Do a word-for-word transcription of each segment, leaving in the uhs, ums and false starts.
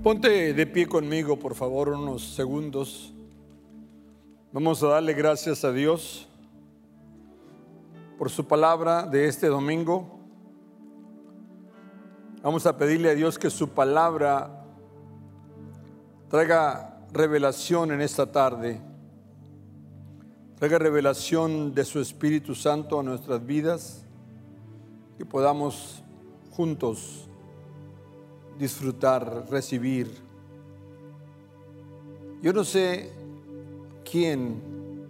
Ponte de pie conmigo, por favor, unos segundos. Vamos a darle gracias a Dios por su palabra de este domingo. Vamos a pedirle a Dios que su palabra traiga revelación en esta tarde. Traiga revelación de su Espíritu Santo a nuestras vidas, que podamos juntos disfrutar, recibir. Yo no sé quién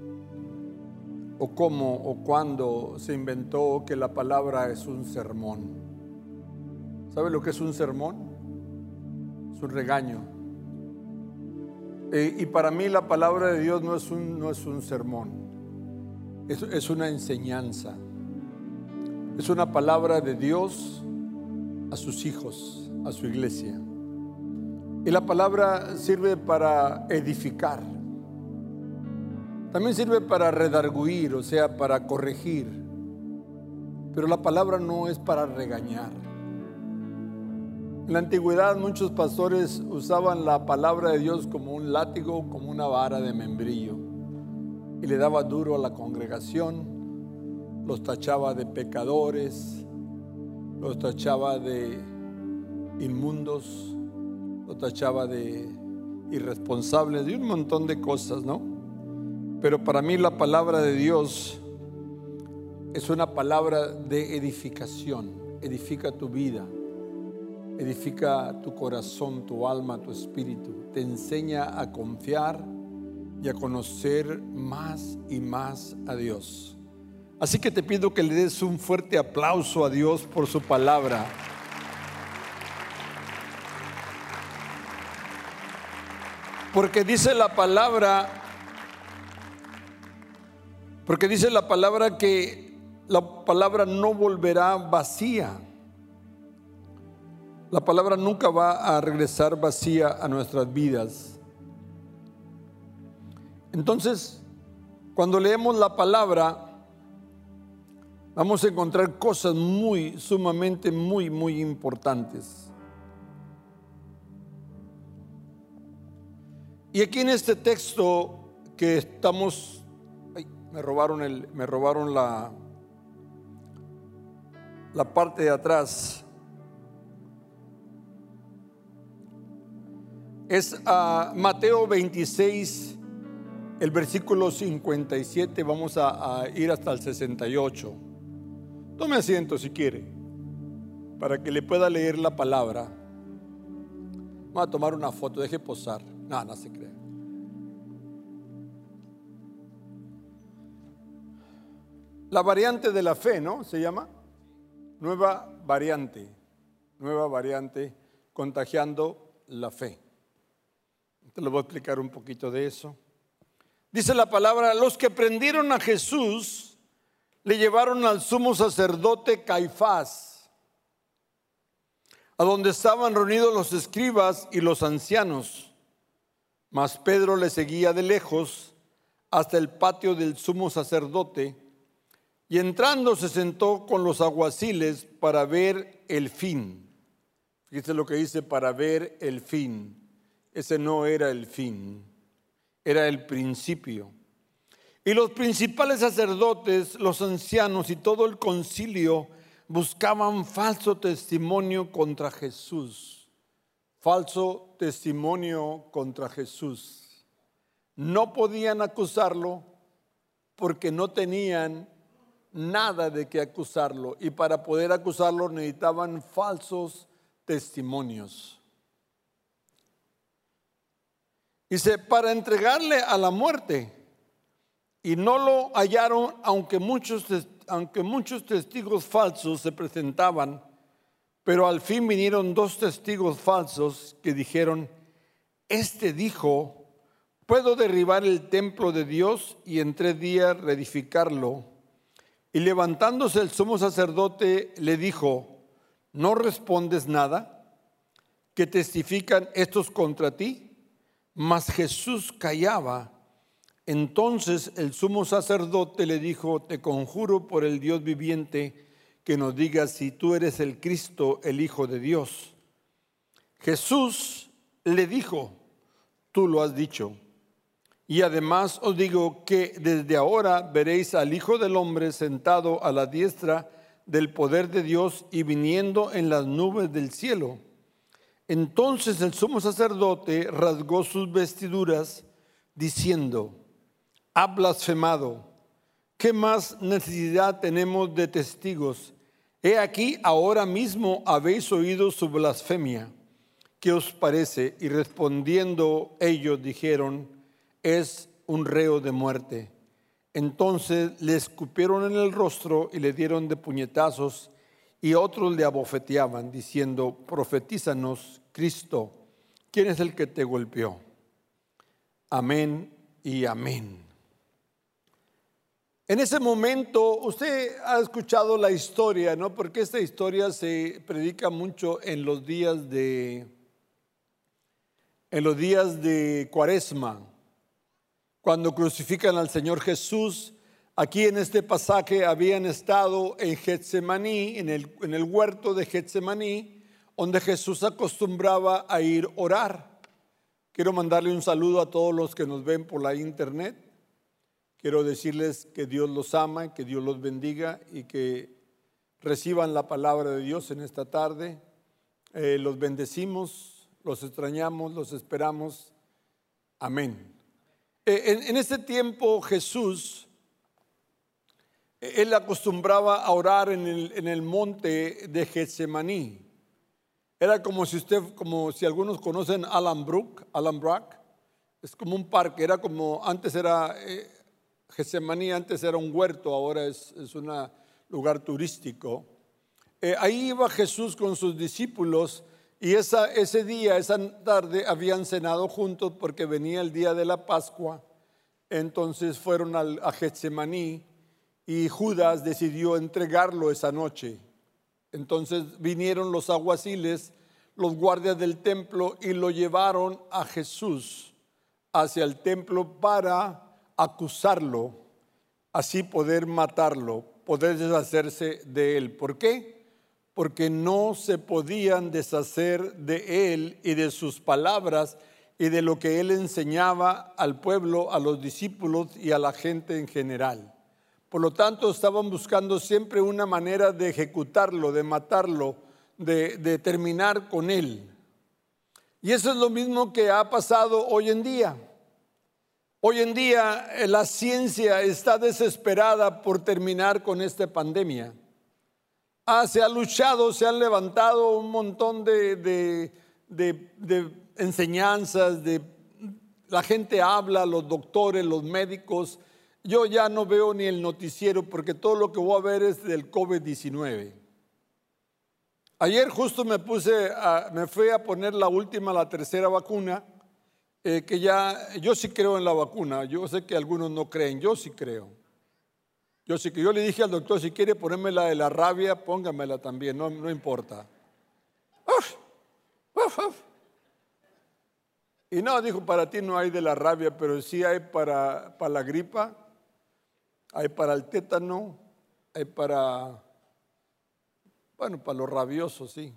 o cómo o cuándo se inventó que la palabra es un sermón. ¿Sabe lo que es un sermón? Es un regaño. Eh, y para mí la palabra de Dios no es un, no es un sermón, es, es una enseñanza. Es una palabra de Dios a sus hijos, a su iglesia. Y la palabra sirve para edificar. También sirve para redarguir, o sea, para corregir. Pero la palabra no es para regañar. En la antigüedad muchos pastores usaban la palabra de Dios como un látigo, como una vara de membrillo. Y le daba duro a la congregación, los tachaba de pecadores, los tachaba de inmundos, los tachaba de irresponsables, de un montón de cosas, ¿no? Pero para mí la palabra de Dios es una palabra de edificación. Edifica tu vida, edifica tu corazón, tu alma, tu espíritu. Te enseña a confiar y a conocer más y más a Dios. Así que te pido que le des un fuerte aplauso a Dios por su palabra. Porque dice la palabra, porque dice la palabra que la palabra no volverá vacía. La palabra nunca va a regresar vacía a nuestras vidas. Entonces, cuando leemos la palabra, vamos a encontrar cosas muy, sumamente, muy, muy importantes. Y aquí en este texto que estamos, ay, me robaron el, me robaron la, la parte de atrás. Es uh, Mateo veintiséis, el versículo cincuenta y siete. Vamos a, a ir hasta el sesenta y ocho. Tome asiento si quiere, para que le pueda leer la palabra. Vamos a tomar una foto, deje posar. No, no se cree. La variante de la fe, ¿no? Se llama nueva variante. Nueva variante, contagiando la fe. Te lo voy a explicar un poquito de eso. Dice la palabra: los que prendieron a Jesús le llevaron al sumo sacerdote Caifás, a donde estaban reunidos los escribas y los ancianos. Mas Pedro le seguía de lejos hasta el patio del sumo sacerdote, y entrando se sentó con los alguaciles para ver el fin. Fíjese lo que dice: para ver el fin. Ese no era el fin, era el principio. Y los principales sacerdotes, los ancianos y todo el concilio buscaban falso testimonio contra Jesús. Falso testimonio contra Jesús. No podían acusarlo porque no tenían nada de qué acusarlo. Y para poder acusarlo necesitaban falsos testimonios. Dice: para entregarle a la muerte. Y no lo hallaron, aunque muchos, aunque muchos testigos falsos se presentaban. Pero al fin vinieron dos testigos falsos que dijeron: este dijo, puedo derribar el templo de Dios y en tres días reedificarlo. Y levantándose el sumo sacerdote le dijo: ¿no respondes nada? ¿Qué testifican estos contra ti? Mas Jesús callaba. Entonces el sumo sacerdote le dijo: te conjuro por el Dios viviente que nos digas si tú eres el Cristo, el Hijo de Dios. Jesús le dijo: tú lo has dicho. Y además os digo que desde ahora veréis al Hijo del Hombre sentado a la diestra del poder de Dios y viniendo en las nubes del cielo. Entonces el sumo sacerdote rasgó sus vestiduras diciendo: ha blasfemado. ¿Qué más necesidad tenemos de testigos? He aquí, ahora mismo habéis oído su blasfemia. ¿Qué os parece? Y respondiendo ellos dijeron: es un reo de muerte. Entonces le escupieron en el rostro y le dieron de puñetazos, y otros le abofeteaban, diciendo: profetízanos, Cristo, ¿quién es el que te golpeó? Amén y amén. En ese momento, usted ha escuchado la historia, ¿no? Porque esta historia se predica mucho en los días de, en los días de Cuaresma, cuando crucifican al Señor Jesús. Aquí en este pasaje habían estado en Getsemaní, en el, en el huerto de Getsemaní, donde Jesús acostumbraba a ir a orar. Quiero mandarle un saludo a todos los que nos ven por la internet. Quiero decirles que Dios los ama, que Dios los bendiga y que reciban la palabra de Dios en esta tarde. Eh, los bendecimos, los extrañamos, los esperamos. Amén. Eh, en, en este tiempo Jesús, él acostumbraba a orar en el, en el monte de Getsemaní. Era como si usted, como si algunos conocen Allen Brook, Allen Brook, es como un parque, era como, antes era... Eh, Getsemaní antes era un huerto, ahora es, es un lugar turístico. Eh, ahí iba Jesús con sus discípulos y esa, ese día, esa tarde, habían cenado juntos porque venía el día de la Pascua. Entonces fueron al, a Getsemaní y Judas decidió entregarlo esa noche. Entonces vinieron los alguaciles, los guardias del templo, y lo llevaron a Jesús hacia el templo para acusarlo, así poder matarlo, poder deshacerse de él. ¿Por qué? Porque no se podían deshacer de él y de sus palabras y de lo que él enseñaba al pueblo, a los discípulos y a la gente en general. Por lo tanto, estaban buscando siempre una manera de ejecutarlo, de matarlo, de, de terminar con él. Y eso es lo mismo que ha pasado hoy en día. Hoy en día la ciencia está desesperada por terminar con esta pandemia. Ah, se ha luchado, se han levantado un montón de, de, de, de enseñanzas, de, la gente habla, los doctores, los médicos. Yo ya no veo ni el noticiero porque todo lo que voy a ver es del COVID diecinueve. Ayer justo me puse, a, me fui a poner la última, la tercera vacuna. Eh, que ya, yo sí creo en la vacuna, yo sé que algunos no creen, yo sí creo. Yo sí que yo le dije al doctor, si quiere ponerme la de la rabia, póngamela también, no, no importa. Uf, uf, uf. Y no, dijo, para ti no hay de la rabia, pero sí hay para, para la gripa, hay para el tétano, hay para, bueno, para los rabiosos, sí.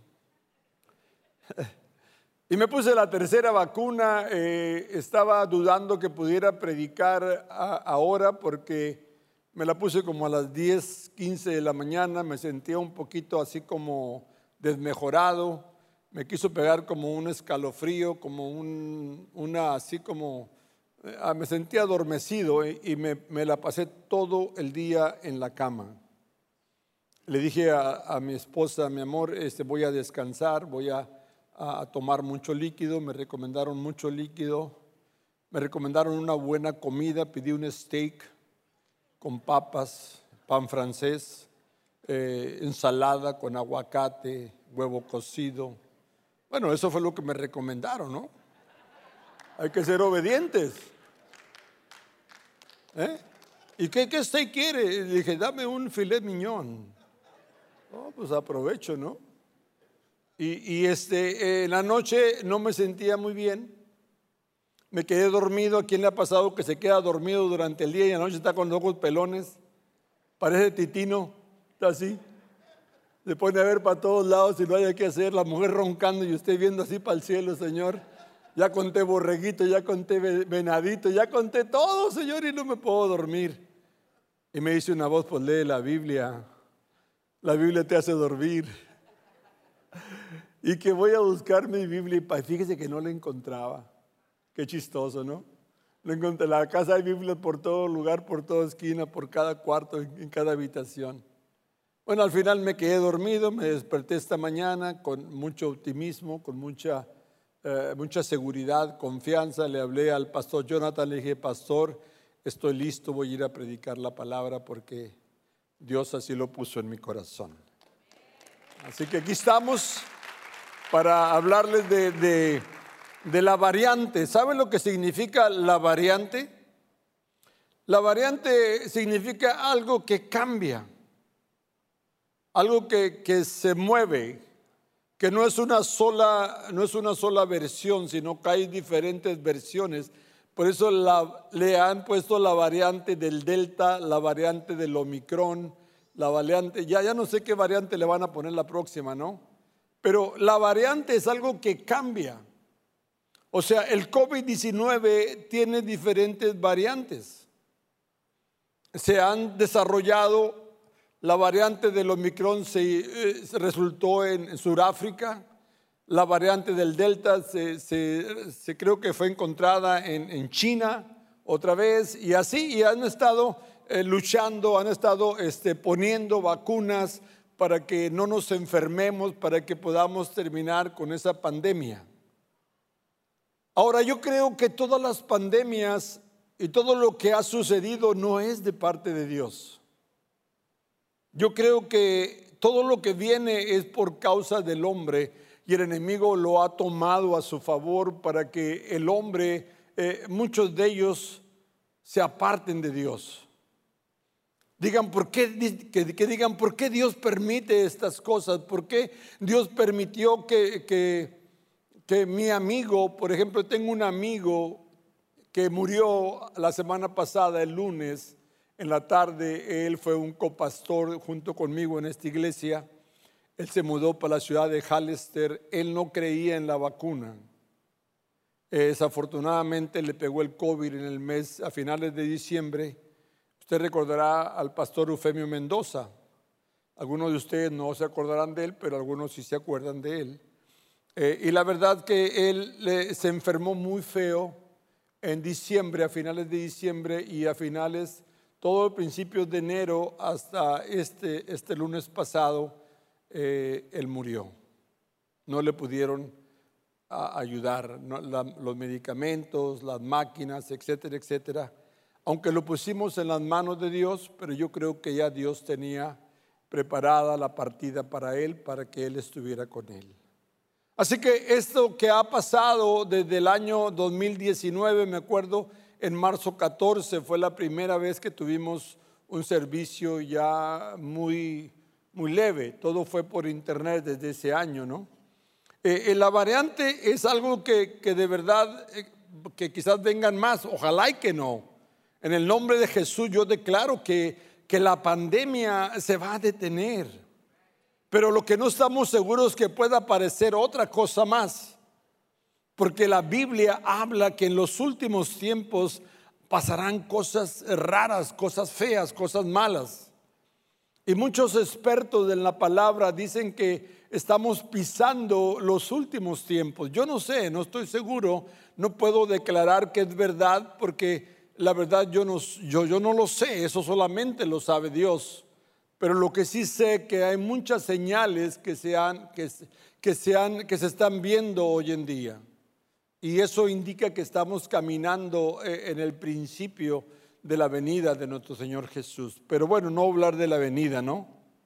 Y me puse la tercera vacuna, eh, estaba dudando que pudiera predicar a, ahora porque me la puse como a las diez, quince de la mañana, me sentía un poquito así como desmejorado, me quiso pegar como un escalofrío, como un, una así como, eh, me sentía adormecido eh, y me, me la pasé todo el día en la cama. Le dije a, a mi esposa, mi amor, este, voy a descansar, voy a... a tomar mucho líquido, me recomendaron mucho líquido, me recomendaron una buena comida, pedí un steak con papas, pan francés, eh, ensalada con aguacate, huevo cocido. Bueno, eso fue lo que me recomendaron, ¿no? Hay que ser obedientes. ¿Eh? ¿Y qué, qué steak quiere? Y dije, dame un filet mignon. Oh, pues aprovecho, ¿no? Y, y este, en la noche no me sentía muy bien, me quedé dormido. ¿A quién le ha pasado que se queda dormido durante el día y en la noche está con los ojos pelones? Parece Titino, está así, se pone a ver para todos lados y no hay qué hacer, la mujer roncando y usted viendo así para el cielo, Señor, Ya conté borreguito, ya conté venadito, ya conté todo, Señor, y no me puedo dormir. Y me dice una voz, pues lee la Biblia. La Biblia te hace dormir. Y que voy a buscar mi Biblia y fíjese que no la encontraba. Qué chistoso, ¿no? No encontré. La casa hay Biblia por todo lugar, por toda esquina, por cada cuarto, en cada habitación. Bueno, al final me quedé dormido, me desperté esta mañana con mucho optimismo, con mucha, eh, mucha seguridad, confianza. Le hablé al pastor Jonathan, le dije, pastor, estoy listo, voy a ir a predicar la palabra porque Dios así lo puso en mi corazón. Así que aquí estamos para hablarles de, de, de la variante. ¿Saben lo que significa la variante? La variante significa algo que cambia, algo que, que se mueve, que no es una sola, no es una sola versión, sino que hay diferentes versiones. Por eso la, le han puesto la variante del Delta, la variante del Omicron, la variante, ya, ya no sé qué variante le van a poner la próxima, ¿no? Pero la variante es algo que cambia. O sea, el COVID diecinueve tiene diferentes variantes. Se han desarrollado, la variante del Omicron se, eh, se resultó en, en Sudáfrica. La variante del Delta se, se, se creo que fue encontrada en, en China otra vez, y así, y han estado eh, luchando, han estado este, poniendo vacunas para que no nos enfermemos, para que podamos terminar con esa pandemia. Ahora, yo creo que todas las pandemias y todo lo que ha sucedido no es de parte de Dios. Yo creo que todo lo que viene es por causa del hombre, y el enemigo lo ha tomado a su favor para que el hombre, eh, muchos de ellos, se aparten de Dios. Digan, ¿por qué, que, que digan, ¿por qué Dios permite estas cosas? ¿Por qué Dios permitió que, que, que mi amigo, por ejemplo, tengo un amigo que murió la semana pasada, el lunes, en la tarde? Él fue un copastor junto conmigo en esta iglesia. Él se mudó para la ciudad de Hallister. Él no creía en la vacuna. Eh, desafortunadamente le pegó el COVID en el mes, a finales de diciembre. Usted recordará al pastor Eufemio Mendoza. Algunos de ustedes no se acordarán de él, pero algunos sí se acuerdan de él. Eh, y la verdad que él le, se enfermó muy feo en diciembre, a finales de diciembre, y a finales, todo el principio de enero hasta este, este lunes pasado, eh, él murió. No le pudieron a, ayudar, no, la, los medicamentos, las máquinas, etcétera, etcétera. Aunque lo pusimos en las manos de Dios, pero yo creo que ya Dios tenía preparada la partida para él, para que él estuviera con él. Así que esto que ha pasado desde el año dos mil diecinueve, me acuerdo, en marzo catorce fue la primera vez que tuvimos un servicio ya muy, muy leve. Todo fue por internet desde ese año, ¿no? Eh, la variante es algo que, que de verdad, eh, que quizás vengan más, ojalá y que no. En el nombre de Jesús yo declaro que, que la pandemia se va a detener. Pero lo que no estamos seguros es que pueda aparecer otra cosa más. Porque la Biblia habla que en los últimos tiempos pasarán cosas raras, cosas feas, cosas malas. Y muchos expertos en la palabra dicen que estamos pisando los últimos tiempos. Yo no sé, no estoy seguro, no puedo declarar que es verdad, porque la verdad yo no, yo, yo no lo sé, eso solamente lo sabe Dios. Pero lo que sí sé que hay muchas señales que se, han, que, que, se han, que se están viendo hoy en día. Y eso indica que estamos caminando en el principio de la venida de nuestro Señor Jesús. Pero bueno, no hablar de la venida, ¿no?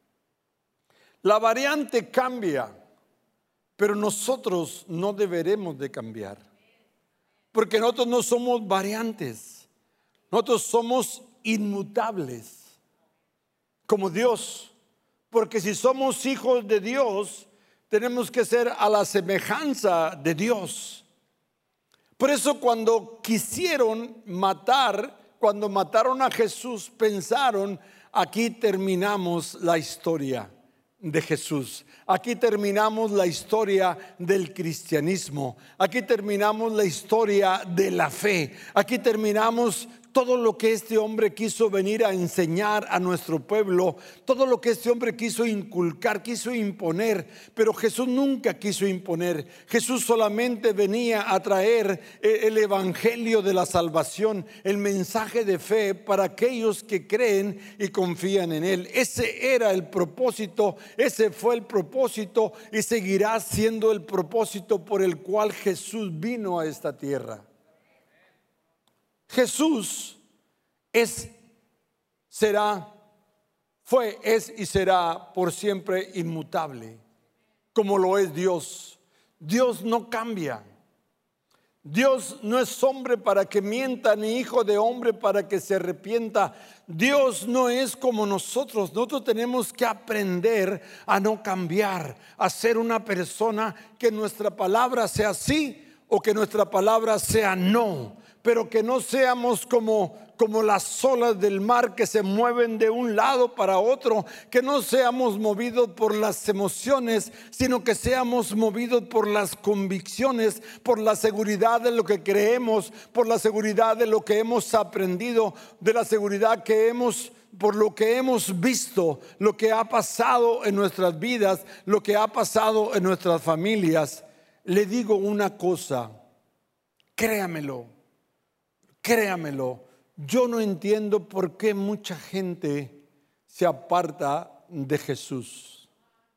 La variante cambia, pero nosotros no deberemos de cambiar. Porque nosotros no somos variantes, nosotros somos inmutables. Como Dios, porque si somos hijos de Dios, tenemos que ser a la semejanza de Dios. Por eso cuando quisieron matar, cuando mataron a Jesús, pensaron, aquí terminamos la historia. de Jesús. Aquí terminamos la historia del cristianismo. Aquí terminamos la historia de la fe. Aquí terminamos todo lo que este hombre quiso venir a enseñar a nuestro pueblo, todo lo que este hombre quiso inculcar, quiso imponer, pero Jesús nunca quiso imponer. Jesús solamente venía a traer el evangelio de la salvación, el mensaje de fe para aquellos que creen y confían en él. Ese era el propósito, ese fue el propósito y seguirá siendo el propósito por el cual Jesús vino a esta tierra. Jesús es, será, fue, es y será por siempre inmutable, como lo es Dios. Dios no cambia. Dios no es hombre para que mienta, ni hijo de hombre para que se arrepienta. Dios no es como nosotros. Nosotros tenemos que aprender a no cambiar, a ser una persona que nuestra palabra sea sí o que nuestra palabra sea no, pero que no seamos como, como las olas del mar que se mueven de un lado para otro, que no seamos movidos por las emociones, sino que seamos movidos por las convicciones, por la seguridad de lo que creemos, por la seguridad de lo que hemos aprendido, de la seguridad que hemos, por lo que hemos visto, lo que ha pasado en nuestras vidas, lo que ha pasado en nuestras familias. Le digo una cosa, créamelo. Créamelo, yo no entiendo por qué mucha gente se aparta de Jesús.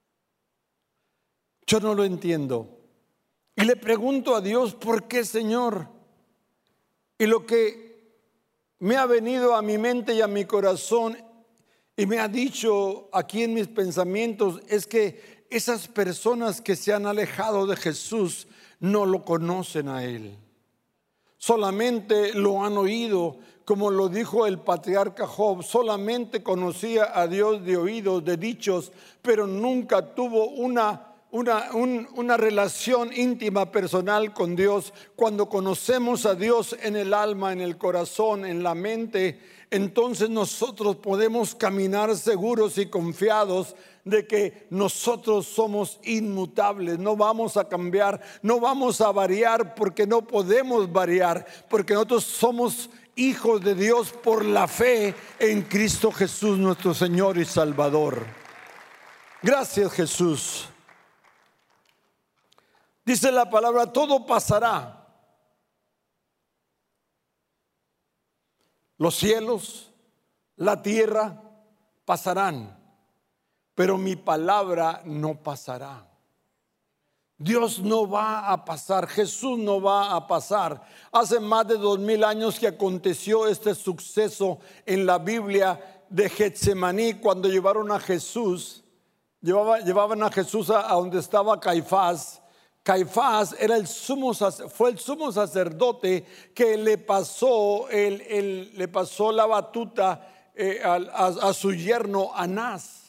Yo no lo entiendo. Y le pregunto a Dios, ¿por qué, Señor? Y lo que me ha venido a mi mente y a mi corazón y me ha dicho aquí en mis pensamientos es que esas personas que se han alejado de Jesús no lo conocen a Él. Solamente lo han oído, como lo dijo el patriarca Job, solamente conocía a Dios de oídos, de dichos, pero nunca tuvo una, una, un, una relación íntima, personal con Dios. Cuando conocemos a Dios en el alma, en el corazón, en la mente, entonces nosotros podemos caminar seguros y confiados de que nosotros somos inmutables, no vamos a cambiar, no vamos a variar, porque no podemos variar, porque nosotros somos hijos de Dios por la fe en Cristo Jesús, nuestro Señor y Salvador. Gracias, Jesús. Dice la palabra, todo pasará. Los cielos, la tierra pasarán, pero mi palabra no pasará. Dios no va a pasar, Jesús no va a pasar. Hace más de dos mil años que aconteció este suceso en la Biblia de Getsemaní, cuando llevaron a Jesús, llevaba, llevaban a Jesús a, a donde estaba Caifás. Caifás era el sumo, fue el sumo sacerdote que le pasó, el, el, le pasó la batuta eh, a, a, a su yerno Anás.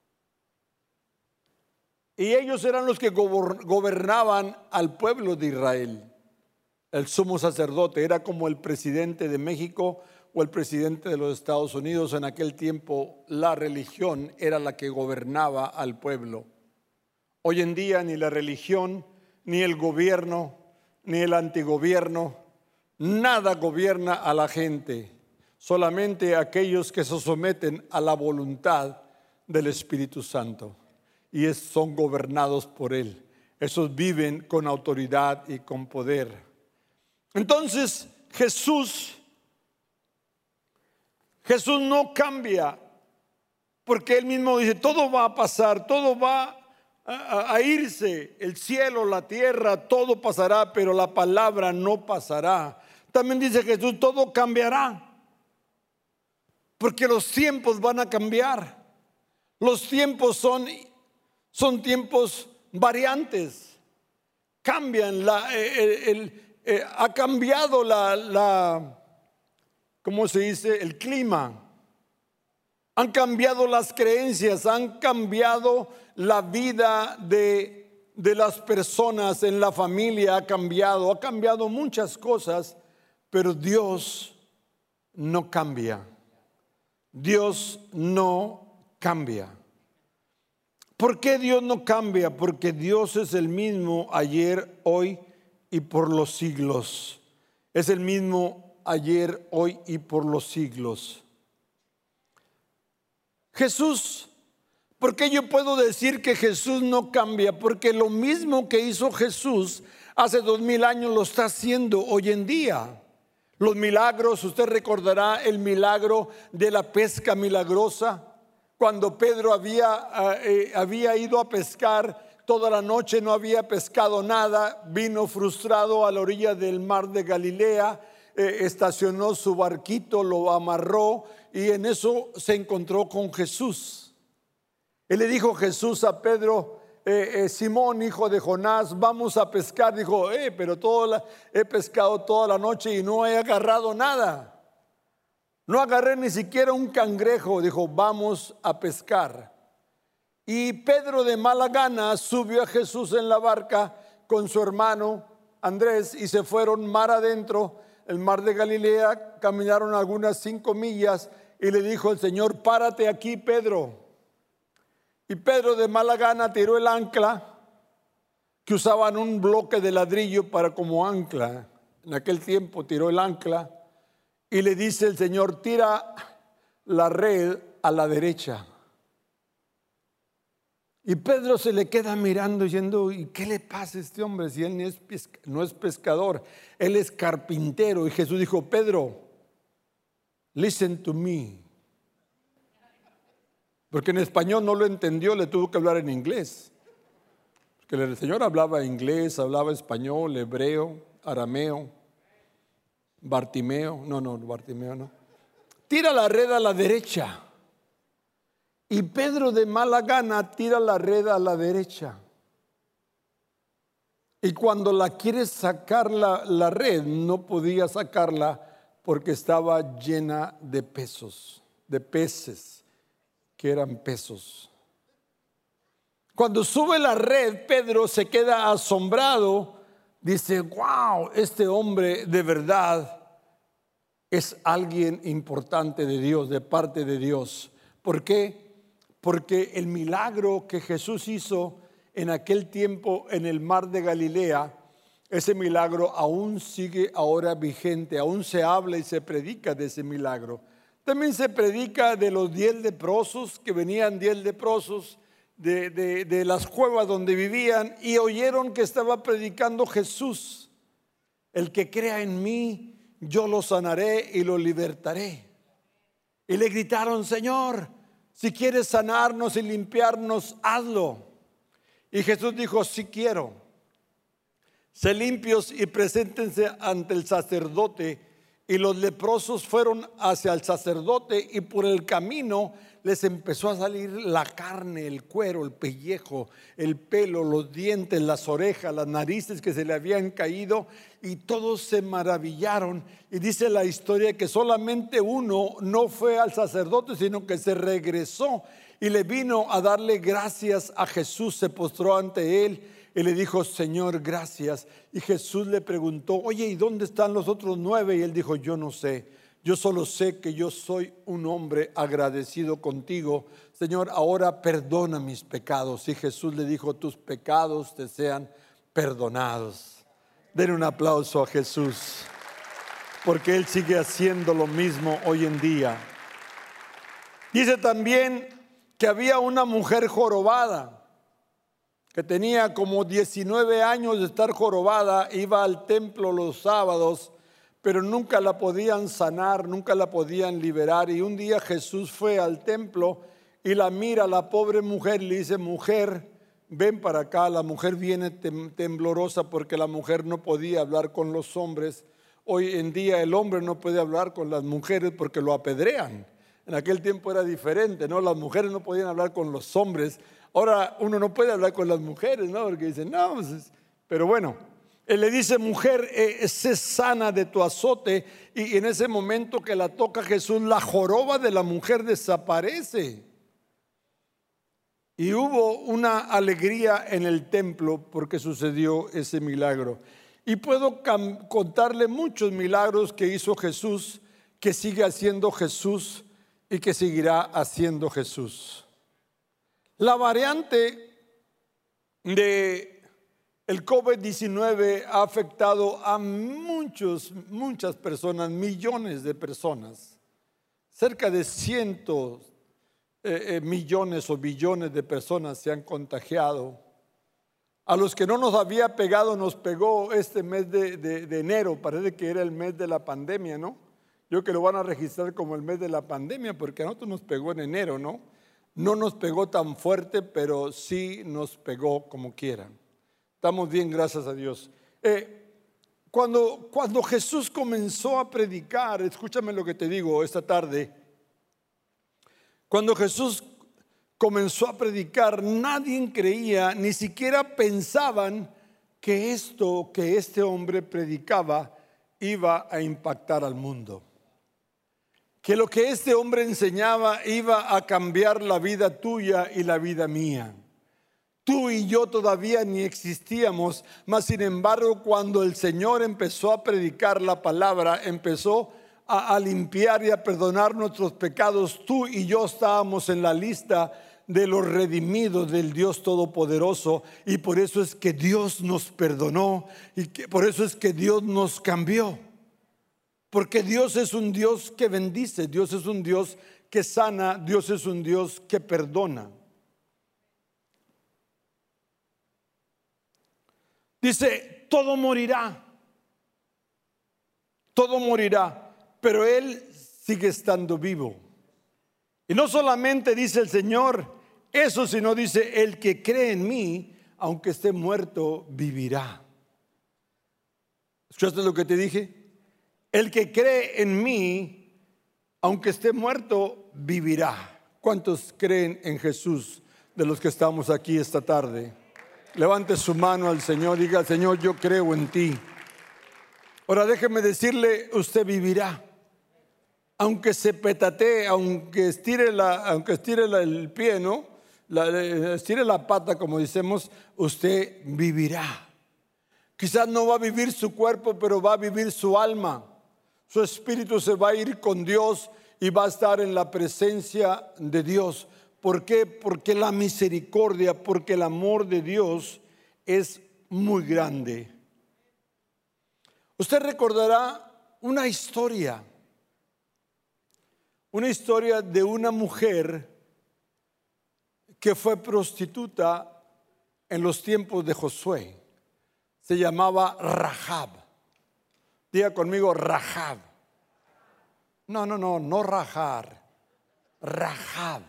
Y ellos eran los que gobernaban al pueblo de Israel. El sumo sacerdote era como el presidente de México o el presidente de los Estados Unidos. En aquel tiempo la religión era la que gobernaba al pueblo. Hoy en día ni la religión, ni el gobierno, ni el antigobierno, nada gobierna a la gente. Solamente aquellos que se someten a la voluntad del Espíritu Santo. Y es, son gobernados por Él. Esos viven con autoridad y con poder. Entonces Jesús, Jesús no cambia, porque Él mismo dice, todo va a pasar, todo va a, a, a irse, el cielo, la tierra, todo pasará, pero la palabra no pasará. También dice Jesús, todo cambiará, porque los tiempos van a cambiar. Los tiempos son Son tiempos variantes, cambian, la, el, el, eh, ha cambiado la, la, ¿cómo se dice? El clima, han cambiado las creencias, han cambiado la vida de, de las personas en la familia, ha cambiado, ha cambiado muchas cosas, pero Dios no cambia, Dios no cambia. ¿Por qué Dios no cambia? Porque Dios es el mismo ayer, hoy y por los siglos. Es el mismo ayer, hoy y por los siglos. Jesús, ¿por qué yo puedo decir que Jesús no cambia? Porque lo mismo que hizo Jesús hace dos mil años lo está haciendo hoy en día. Los milagros, usted recordará el milagro de la pesca milagrosa. Cuando Pedro había, eh, había ido a pescar toda la noche, no había pescado nada, vino frustrado a la orilla del mar de Galilea, eh, estacionó su barquito, lo amarró y en eso se encontró con Jesús. Él le dijo Jesús a Pedro, eh, eh, Simón, hijo de Jonás, vamos a pescar. Dijo, eh, pero todo la, he pescado toda la noche y no he agarrado nada. No agarré ni siquiera un cangrejo. Dijo, vamos a pescar. Y Pedro de mala gana subió a Jesús en la barca con su hermano Andrés y se fueron mar adentro, el mar de Galilea. Caminaron algunas cinco millas y le dijo el Señor, párate aquí, Pedro. Y Pedro de mala gana tiró el ancla, que usaban un bloque de ladrillo para como ancla. En aquel tiempo tiró el ancla. Y le dice el Señor, tira la red a la derecha. Y Pedro se le queda mirando diciendo, ¿y qué le pasa a este hombre si él no es, pesca, no es pescador? Él es carpintero. Y Jesús dijo, Pedro, listen to me. Porque en español no lo entendió, le tuvo que hablar en inglés. Porque el Señor hablaba inglés, hablaba español, hebreo, arameo. Bartimeo, no, no, Bartimeo no. Tira la red a la derecha. Y Pedro de mala gana tira la red a la derecha. Y cuando la quiere sacar la, la red, no podía sacarla porque estaba llena de pesos, de peces, que eran pesos. Cuando sube la red, Pedro se queda asombrado. Dice, wow, este hombre de verdad es alguien importante de Dios, de parte de Dios. ¿Por qué? Porque el milagro que Jesús hizo en aquel tiempo en el mar de Galilea, ese milagro aún sigue ahora vigente, aún se habla y se predica de ese milagro. También se predica de los diez leprosos, que venían diez leprosos De, de, de las cuevas donde vivían y oyeron que estaba predicando Jesús. El que crea en mí, yo lo sanaré y lo libertaré. Y le gritaron, Señor, si quieres sanarnos y limpiarnos, hazlo. Y Jesús dijo, sí quiero. Sé limpios y preséntense ante el sacerdote. Y los leprosos fueron hacia el sacerdote y por el camino les empezó a salir la carne, el cuero, el pellejo, el pelo, los dientes, las orejas, las narices que se le habían caído y todos se maravillaron. Y dice la historia que solamente uno no fue al sacerdote, sino que se regresó y le vino a darle gracias a Jesús, se postró ante él y le dijo, Señor, gracias. Y Jesús le preguntó, oye, ¿y dónde están los otros nueve? Y él dijo, yo no sé. Yo solo sé que yo soy un hombre agradecido contigo. Señor, ahora perdona mis pecados. Y Jesús le dijo, tus pecados te sean perdonados. Den un aplauso a Jesús, porque Él sigue haciendo lo mismo hoy en día. Dice también que había una mujer jorobada, que tenía como diecinueve años de estar jorobada, iba al templo los sábados, pero nunca la podían sanar, nunca la podían liberar. Y un día Jesús fue al templo y la mira, la pobre mujer, y le dice, mujer, ven para acá. La mujer viene temblorosa porque la mujer no podía hablar con los hombres. Hoy en día el hombre no puede hablar con las mujeres porque lo apedrean. En aquel tiempo era diferente, ¿no? Las mujeres no podían hablar con los hombres. Ahora uno no puede hablar con las mujeres, ¿no? Porque dicen, no, pues, pero bueno. Él le dice, mujer, eh, sé sana de tu azote. Y en ese momento que la toca Jesús, la joroba de la mujer desaparece. Y hubo una alegría en el templo porque sucedió ese milagro. Y puedo contarle muchos milagros que hizo Jesús, que sigue haciendo Jesús y que seguirá haciendo Jesús. La variante de el COVID diecinueve ha afectado a muchos, muchas personas, millones de personas. Cerca de cientos eh, eh, millones o billones de personas se han contagiado. A los que no nos había pegado, nos pegó este mes de, de, de enero. Parece que era el mes de la pandemia, ¿no? Yo creo que lo van a registrar como el mes de la pandemia, porque a nosotros nos pegó en enero, ¿no? No nos pegó tan fuerte, pero sí nos pegó como quieran. Estamos bien, gracias a Dios. Eh, cuando, cuando Jesús comenzó a predicar, escúchame lo que te digo esta tarde. Cuando Jesús comenzó a predicar, nadie creía, ni siquiera pensaban que esto que este hombre predicaba iba a impactar al mundo. Que lo que este hombre enseñaba iba a cambiar la vida tuya y la vida mía. Tú y yo todavía ni existíamos, mas sin embargo cuando el Señor empezó a predicar la palabra, empezó a, a limpiar y a perdonar nuestros pecados, tú y yo estábamos en la lista de los redimidos del Dios Todopoderoso, y por eso es que Dios nos perdonó y que por eso es que Dios nos cambió. Porque Dios es un Dios que bendice, Dios es un Dios que sana, Dios es un Dios que perdona. Dice, todo morirá, todo morirá, pero Él sigue estando vivo. Y no solamente dice el Señor eso, sino dice, el que cree en mí, aunque esté muerto, vivirá. ¿Escuchaste lo que te dije? El que cree en mí, aunque esté muerto, vivirá. ¿Cuántos creen en Jesús de los que estamos aquí esta tarde? Levante su mano al Señor y diga, Señor, yo creo en ti. Ahora déjeme decirle, usted vivirá. Aunque se petatee, aunque estire, la, aunque estire la, el pie, ¿no? La, estire la pata, como decimos, usted vivirá. Quizás no va a vivir su cuerpo, pero va a vivir su alma. Su espíritu se va a ir con Dios y va a estar en la presencia de Dios. ¿Por qué? Porque la misericordia, porque el amor de Dios es muy grande. Usted recordará una historia. Una historia de una mujer que fue prostituta en los tiempos de Josué. Se llamaba Rahab. Diga conmigo, Rahab. No, no, no, no rajar. Rahab.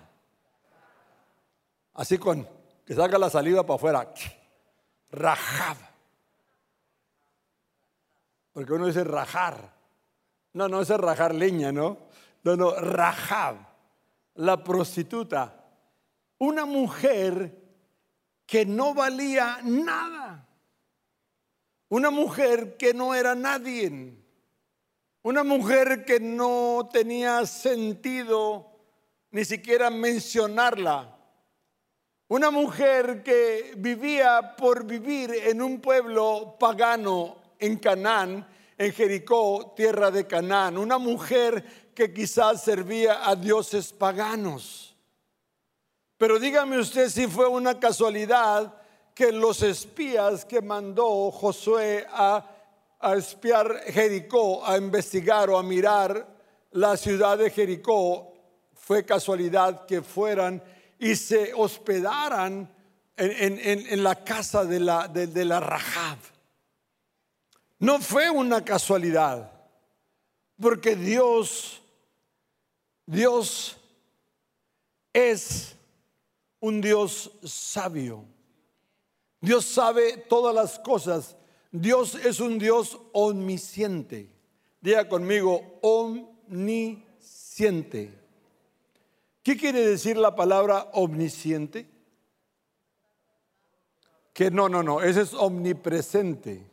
Así con que salga la saliva para afuera. Rahab. Porque uno dice rajar. No, no, ese es rajar leña, ¿no? No, no, Rahab, la prostituta, una mujer que no valía nada, una mujer que no era nadie, una mujer que no tenía sentido ni siquiera mencionarla, una mujer que vivía por vivir en un pueblo pagano en Canaán, en Jericó, tierra de Canaán, una mujer que quizás servía a dioses paganos. Pero dígame usted si fue una casualidad que los espías que mandó Josué a, a espiar Jericó, a investigar o a mirar la ciudad de Jericó, fue casualidad que fueran y se hospedaran en, en, en la casa de la, de, de la Rahab. No fue una casualidad, porque Dios Dios es un Dios sabio. Dios sabe todas las cosas. Dios es un Dios omnisciente. Diga conmigo, omnisciente. ¿Qué quiere decir la palabra omnisciente? Que no, no, no, ese es omnipresente.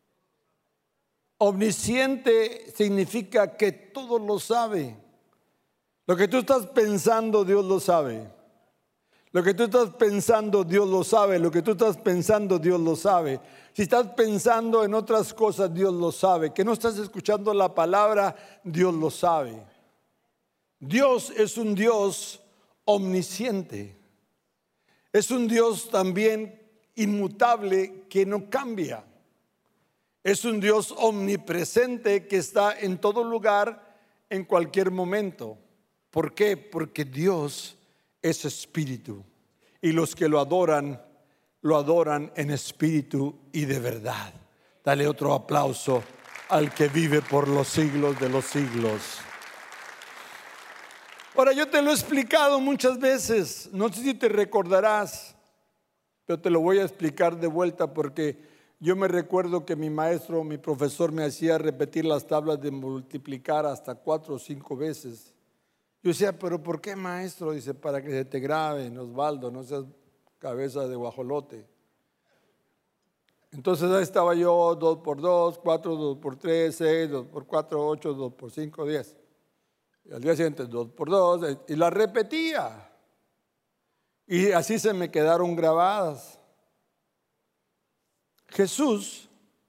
Omnisciente significa que todo lo sabe. Lo que tú estás pensando, Dios lo sabe. Lo que tú estás pensando, Dios lo sabe. Lo que tú estás pensando, Dios lo sabe. Si estás pensando en otras cosas, Dios lo sabe. Que no estás escuchando la palabra, Dios lo sabe. Dios es un Dios omnisciente. Es un Dios también inmutable que no cambia. Es un Dios omnipresente que está en todo lugar, en cualquier momento. ¿Por qué? Porque Dios es espíritu y los que lo adoran, lo adoran en espíritu y de verdad. Dale otro aplauso al que vive por los siglos de los siglos. Ahora, yo te lo he explicado muchas veces, no sé si te recordarás, pero te lo voy a explicar de vuelta porque yo me recuerdo que mi maestro, mi profesor me hacía repetir las tablas de multiplicar hasta cuatro o cinco veces. Yo decía, pero ¿por qué, maestro? Dice, para que se te grabe, Osvaldo, no seas cabeza de guajolote. Entonces ahí estaba yo, dos por dos, cuatro, dos por tres, seis, dos por cuatro, ocho, dos por cinco, diez. Y al día siguiente, dos por dos, y la repetía. Y así se me quedaron grabadas. Jesús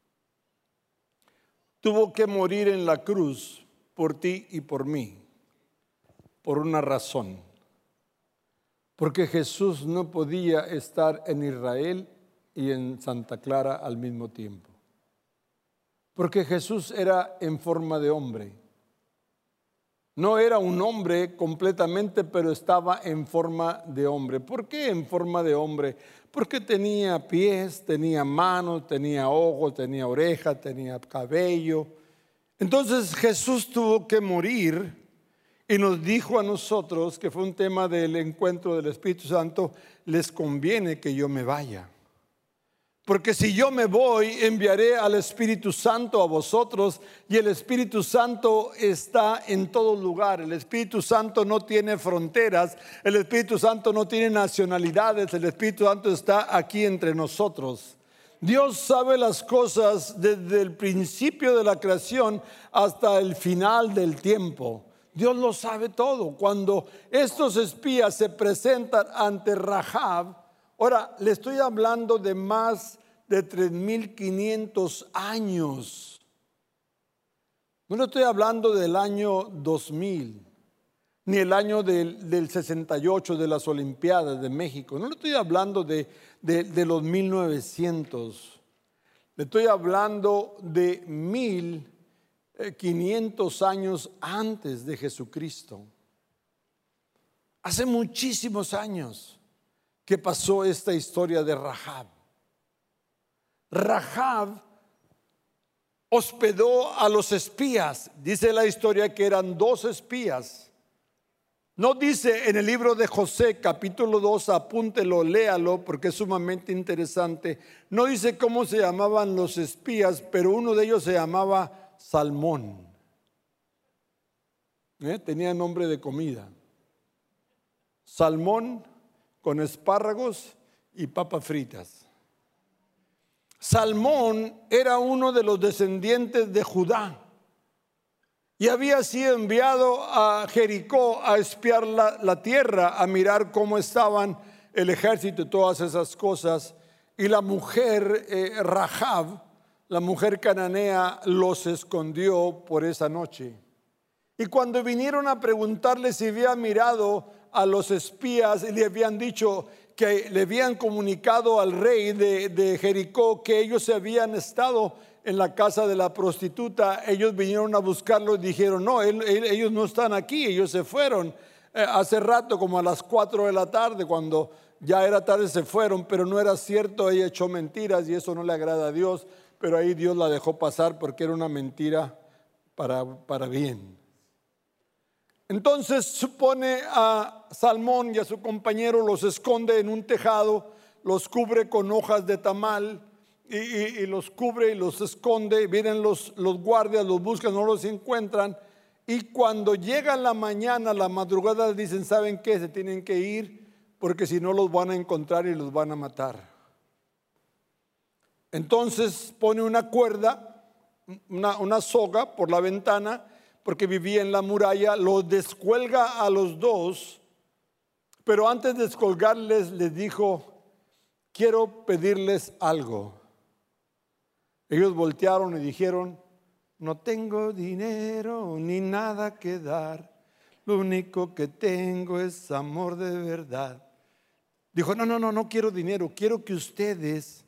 tuvo que morir en la cruz por ti y por mí, por una razón. Porque Jesús no podía estar en Israel y en Santa Clara al mismo tiempo. Porque Jesús era en forma de hombre. No era un hombre completamente, pero estaba en forma de hombre. ¿Por qué en forma de hombre? Porque tenía pies, tenía manos, tenía ojos, tenía orejas, tenía cabello. Entonces Jesús tuvo que morir y nos dijo a nosotros, que fue un tema del encuentro del Espíritu Santo, les conviene que yo me vaya. Porque si yo me voy, enviaré al Espíritu Santo a vosotros, y el Espíritu Santo está en todo lugar. El Espíritu Santo no tiene fronteras, el Espíritu Santo no tiene nacionalidades, el Espíritu Santo está aquí entre nosotros. Dios sabe las cosas desde el principio de la creación hasta el final del tiempo. Dios lo sabe todo. Cuando estos espías se presentan ante Rahab, ahora, le estoy hablando de más de tres mil quinientos años. No le estoy hablando del año dos mil, ni el año del, del sesenta y ocho de las Olimpiadas de México. No le estoy hablando de, de, de los mil novecientos. Le estoy hablando de mil quinientos años antes de Jesucristo. Hace muchísimos años que pasó esta historia de Rahab. Rahab hospedó a los espías. Dice la historia que eran dos espías. No dice en el libro de José, capítulo dos, apúntelo, léalo porque es sumamente interesante. No dice cómo se llamaban los espías, pero uno de ellos se llamaba Salmón. ¿Eh? Tenía nombre de comida. Salmón con espárragos y papas fritas. Salmón era uno de los descendientes de Judá y había sido enviado a Jericó a espiar la, la tierra, a mirar cómo estaban el ejército y todas esas cosas. Y la mujer eh, Rahab, la mujer cananea, los escondió por esa noche. Y cuando vinieron a preguntarle si había mirado a los espías, y le habían dicho que le habían comunicado al rey de, de Jericó que ellos se habían estado en la casa de la prostituta, ellos vinieron a buscarlo y dijeron, no, él, él, ellos no están aquí, ellos se fueron eh, hace rato, como a las cuatro de la tarde, cuando ya era tarde se fueron, pero no era cierto, ella echó mentiras y eso no le agrada a Dios, pero ahí Dios la dejó pasar porque era una mentira para, para bien. Entonces supone a Salmón y a su compañero, los esconde en un tejado, los cubre con hojas de tamal y, y, y los cubre y los esconde. Vienen los, los guardias, los buscan, no los encuentran. Y cuando llega la mañana, la madrugada, dicen, ¿saben qué? Se tienen que ir porque si no los van a encontrar y los van a matar. Entonces pone una cuerda, una, una soga por la ventana, porque vivía en la muralla, los descuelga a los dos, pero antes de descolgarles les dijo, quiero pedirles algo. Ellos voltearon y dijeron, no tengo dinero ni nada que dar, lo único que tengo es amor de verdad. Dijo, no, no, no, no quiero dinero, quiero que ustedes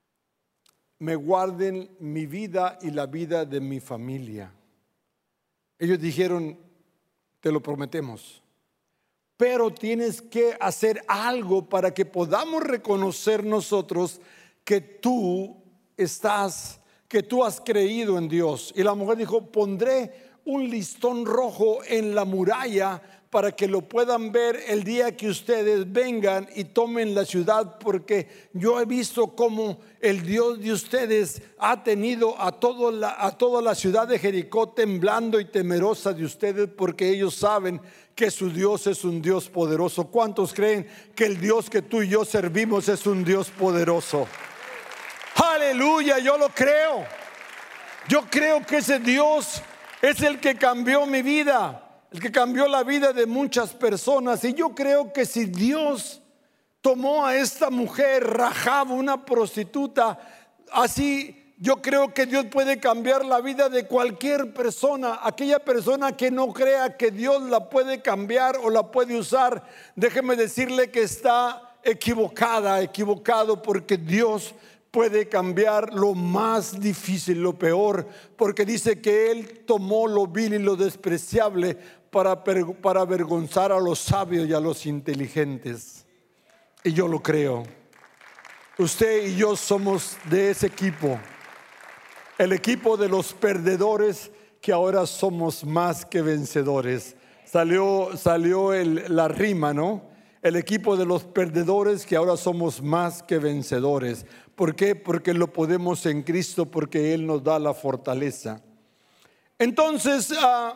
me guarden mi vida y la vida de mi familia. Ellos dijeron, te lo prometemos, pero tienes que hacer algo para que podamos reconocer nosotros que tú estás, que tú has creído en Dios. Y la mujer dijo, pondré un listón rojo en la muralla para que lo puedan ver el día que ustedes vengan y tomen la ciudad, porque yo he visto cómo el Dios de ustedes ha tenido a, todo la, a toda la ciudad de Jericó temblando y temerosa de ustedes, porque ellos saben que su Dios es un Dios poderoso. ¿Cuántos creen que el Dios que tú y yo servimos es un Dios poderoso? Aleluya, yo lo creo. Yo creo que ese Dios es el que cambió mi vida, el que cambió la vida de muchas personas. Y yo creo que si Dios tomó a esta mujer Rahab, una prostituta, así yo creo que Dios puede cambiar la vida de cualquier persona. Aquella persona que no crea que Dios la puede cambiar o la puede usar, déjeme decirle que está equivocada, equivocado, porque Dios puede cambiar lo más difícil, lo peor, porque dice que Él tomó lo vil y lo despreciable para, para avergonzar a los sabios y a los inteligentes. Y yo lo creo. Usted y yo somos de ese equipo, el equipo de los perdedores, que ahora somos más que vencedores. Salió, salió el, la rima, ¿no? El equipo de los perdedores, que ahora somos más que vencedores. ¿Por qué? Porque lo podemos en Cristo, porque Él nos da la fortaleza. Entonces uh,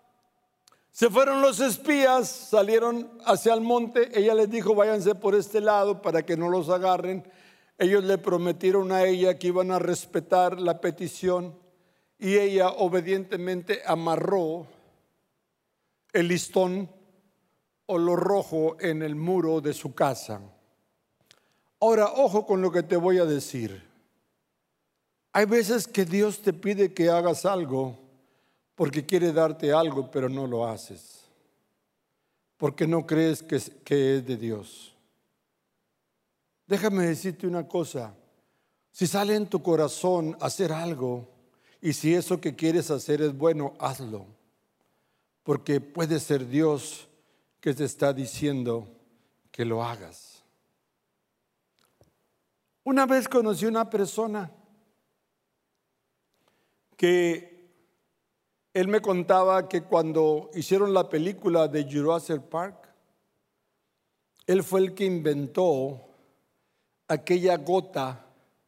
se fueron los espías, salieron hacia el monte. Ella les dijo, váyanse por este lado para que no los agarren. Ellos le prometieron a ella que iban a respetar la petición, y ella obedientemente amarró el listón o lo rojo en el muro de su casa. Ahora, ojo con lo que te voy a decir. Hay veces que Dios te pide que hagas algo porque quiere darte algo, pero no lo haces, porque no crees que es, que es de Dios. Déjame decirte una cosa. Si sale en tu corazón hacer algo, y si eso que quieres hacer es bueno, hazlo, porque puede ser Dios que te está diciendo que lo hagas. Una vez conocí una persona que él me contaba que cuando hicieron la película de Jurassic Park, él fue el que inventó aquella gota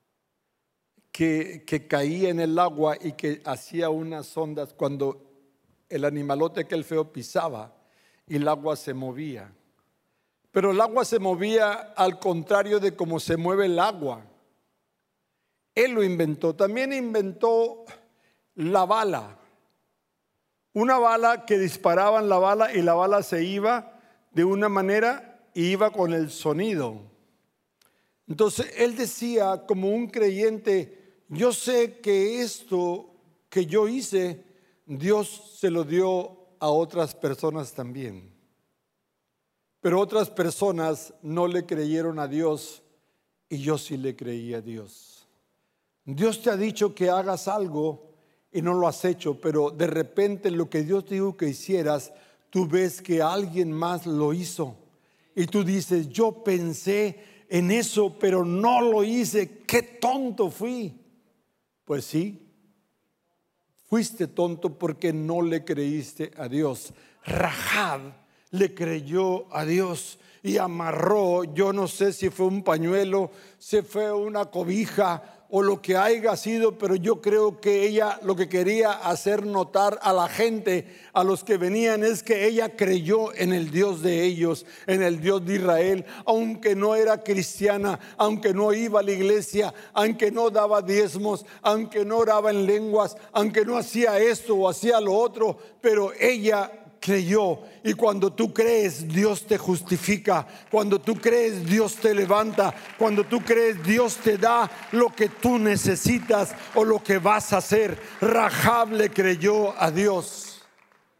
que, que caía en el agua y que hacía unas ondas cuando el animalote que el feo pisaba y el agua se movía. Pero el agua se movía al contrario de cómo se mueve el agua. Él lo inventó. También inventó la bala. Una bala que disparaban la bala y la bala se iba de una manera y iba con el sonido. Entonces él decía, como un creyente, yo sé que esto que yo hice, Dios se lo dio a otras personas también. Pero otras personas no le creyeron a Dios y yo sí le creí a Dios. Dios te ha dicho que hagas algo y no lo has hecho, pero de repente lo que Dios te dijo que hicieras, tú ves que alguien más lo hizo y tú dices, yo pensé en eso, pero no lo hice. ¡Qué tonto fui! Pues sí, fuiste tonto porque no le creíste a Dios. Rahab le creyó a Dios y amarró, yo no sé si fue un pañuelo, si fue una cobija o lo que haya sido, pero yo creo que ella lo que quería hacer notar a la gente, a los que venían, es que ella creyó en el Dios de ellos, en el Dios de Israel, aunque no era cristiana, aunque no iba a la iglesia, aunque no daba diezmos, aunque no oraba en lenguas, aunque no hacía esto o hacía lo otro, pero ella creyó. Y cuando tú crees, Dios te justifica. Cuando tú crees, Dios te levanta. Cuando tú crees, Dios te da lo que tú necesitas o lo que vas a hacer. Rahab le creyó a Dios.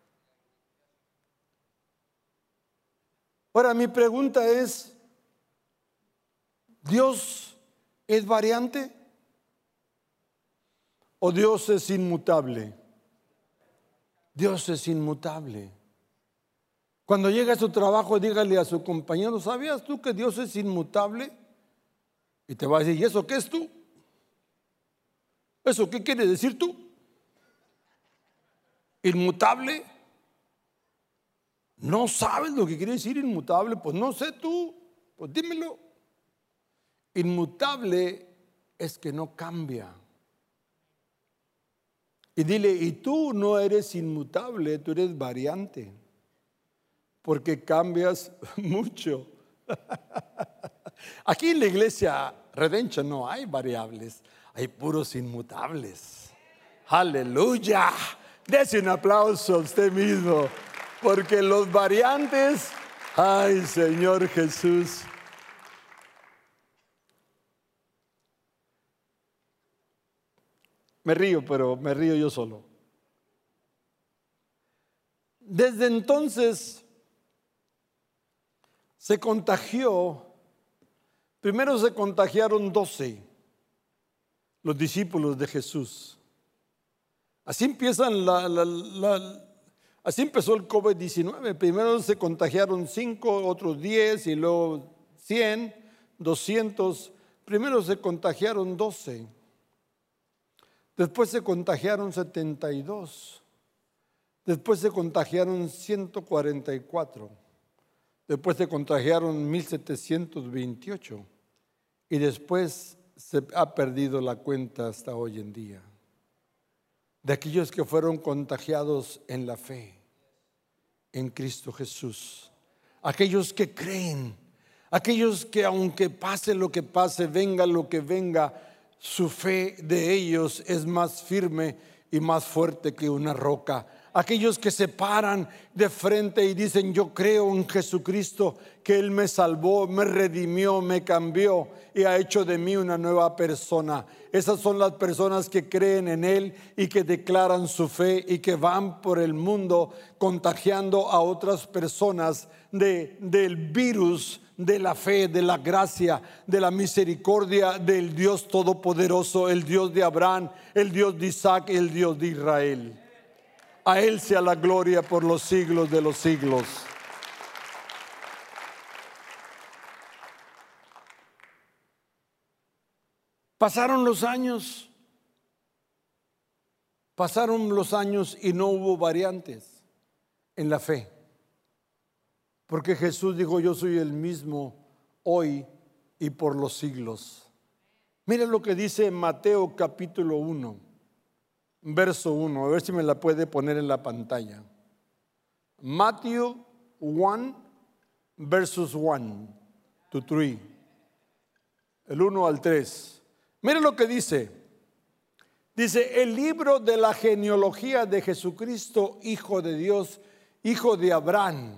Ahora mi pregunta es, ¿Dios es variante o Dios es inmutable? Dios es inmutable. Cuando llegue a su trabajo, dígale a su compañero, ¿sabías tú que Dios es inmutable? Y te va a decir, ¿y eso qué es tú? ¿Eso qué quiere decir tú? ¿Inmutable? ¿No sabes lo que quiere decir inmutable? Pues no sé tú, pues dímelo. Inmutable es que no cambia. Y dile, y tú no eres inmutable, tú eres variante, porque cambias mucho. Aquí en la iglesia Redemption no hay variables, hay puros inmutables. Aleluya. Dese un aplauso a usted mismo, porque los variantes, ay Señor Jesús. Me río, pero me río yo solo. Desde entonces se contagió, primero se contagiaron doce, los discípulos de Jesús. Así empiezan la, la, la, así empezó el COVID diecinueve. Primero se contagiaron cinco, otros diez y luego cien, doscientos. Primero se contagiaron doce. Después se contagiaron setenta y dos. Después se contagiaron ciento cuarenta y cuatro. Después se contagiaron mil setecientos veintiocho. Y después se ha perdido la cuenta hasta hoy en día de aquellos que fueron contagiados en la fe en Cristo Jesús. Aquellos que creen, aquellos que aunque pase lo que pase, venga lo que venga, su fe de ellos es más firme y más fuerte que una roca. Aquellos que se paran de frente y dicen, yo creo en Jesucristo, que Él me salvó, me redimió, me cambió y ha hecho de mí una nueva persona. Esas son las personas que creen en Él y que declaran su fe y que van por el mundo contagiando a otras personas de, del virus de la fe, de la gracia, de la misericordia del Dios Todopoderoso, el Dios de Abraham, el Dios de Isaac, el Dios de Israel. A Él sea la gloria por los siglos de los siglos. Pasaron los años, pasaron los años y no hubo variantes en la fe. Porque Jesús dijo, yo soy el mismo hoy y por los siglos. Miren lo que dice Mateo capítulo uno. Verso uno, a ver si me la puede poner en la pantalla. Matthew one, versos one to three. El uno al tres. Miren lo que dice. Dice, el libro de la genealogía de Jesucristo, Hijo de Dios, hijo de Abraham.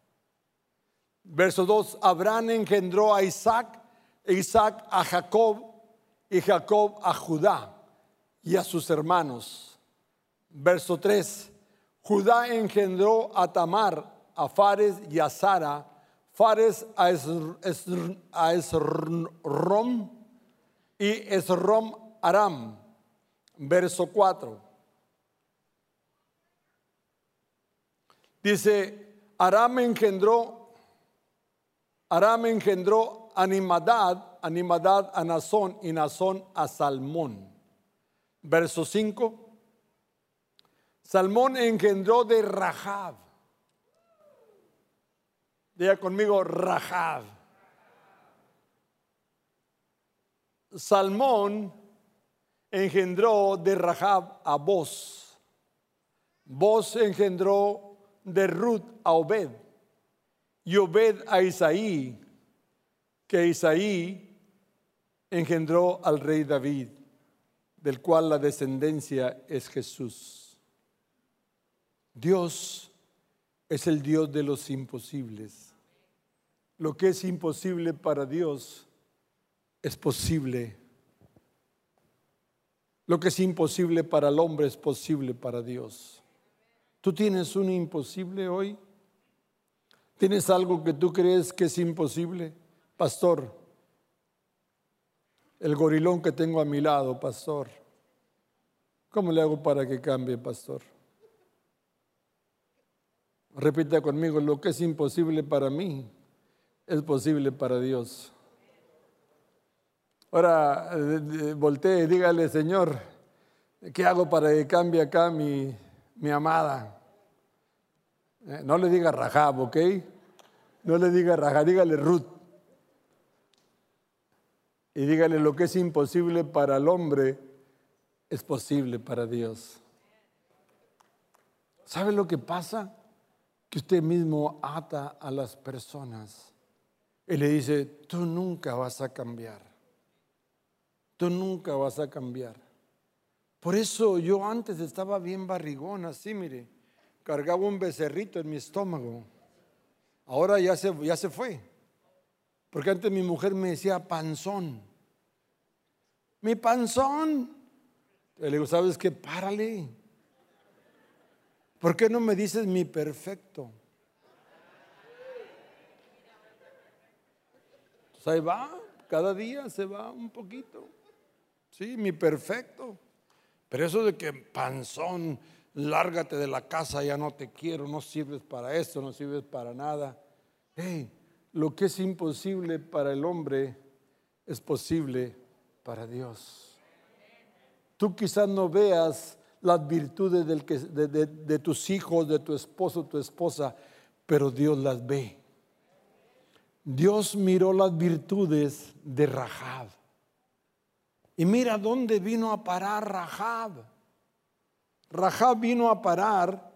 Verso dos, Abraham engendró a Isaac, e Isaac a Jacob, y Jacob a Judá y a sus hermanos. Verso tres, Judá engendró a Tamar, a Fares y a Sara, Fares a, es, es, a Esrom y Esrom Aram. Verso cuatro, dice, Aram engendró, Aram engendró a Animadad, Animadad a Nazón y Nazón a Salmón. Verso cinco, Salmón engendró de Rahab. Diga conmigo, Rahab. Salmón engendró de Rahab a Boz. Boz engendró de Ruth a Obed. Y Obed a Isaí, que Isaí engendró al rey David, del cual la descendencia es Jesús. Dios es el Dios de los imposibles. Lo que es imposible para Dios es posible. Lo que es imposible para el hombre es posible para Dios. ¿Tú tienes un imposible hoy? ¿Tienes algo que tú crees que es imposible? Pastor, el gorilón que tengo a mi lado, pastor. ¿Cómo le hago para que cambie, pastor? Repita conmigo, lo que es imposible para mí es posible para Dios. Ahora, eh, voltee y dígale, Señor, ¿qué hago para que cambie acá mi, mi amada? Eh, no le diga Rahab, ¿ok? No le diga Rahab, dígale Ruth. Y dígale, lo que es imposible para el hombre es posible para Dios. ¿Sabe lo que pasa? Que usted mismo ata a las personas y le dice, tú nunca vas a cambiar. Tú nunca vas a cambiar. Por eso yo antes estaba bien barrigón, así, mire, cargaba un becerrito en mi estómago. Ahora ya se, ya se fue. Porque antes mi mujer me decía panzón. Mi panzón. Y le digo, ¿sabes qué? Párale. ¿Por qué no me dices mi perfecto? Pues ahí va, cada día se va un poquito. Sí, mi perfecto. Pero eso de que panzón, lárgate de la casa, ya no te quiero, no sirves para esto, no sirves para nada. Hey, lo que es imposible para el hombre es posible para Dios. Tú quizás no veas las virtudes del que, de, de, de tus hijos, de tu esposo, tu esposa, pero Dios las ve. Dios miró las virtudes de Rahab. Y mira dónde vino a parar Rahab. Rahab vino a parar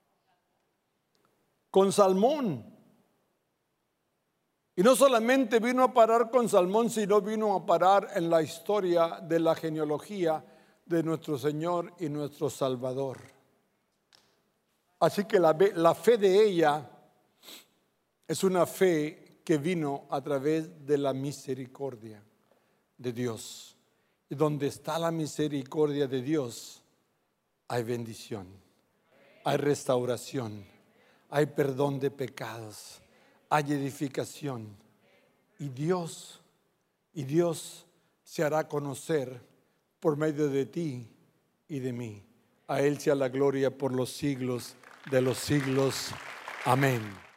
con Salmón. Y no solamente vino a parar con Salmón, sino vino a parar en la historia de la genealogía de nuestro Señor y nuestro Salvador. Así que la, la fe de ella es una fe que vino a través de la misericordia de Dios. Y donde está la misericordia de Dios, hay bendición, hay restauración, hay perdón de pecados, hay edificación. Y Dios, y Dios se hará conocer por medio de ti y de mí. A Él sea la gloria por los siglos de los siglos. Amén.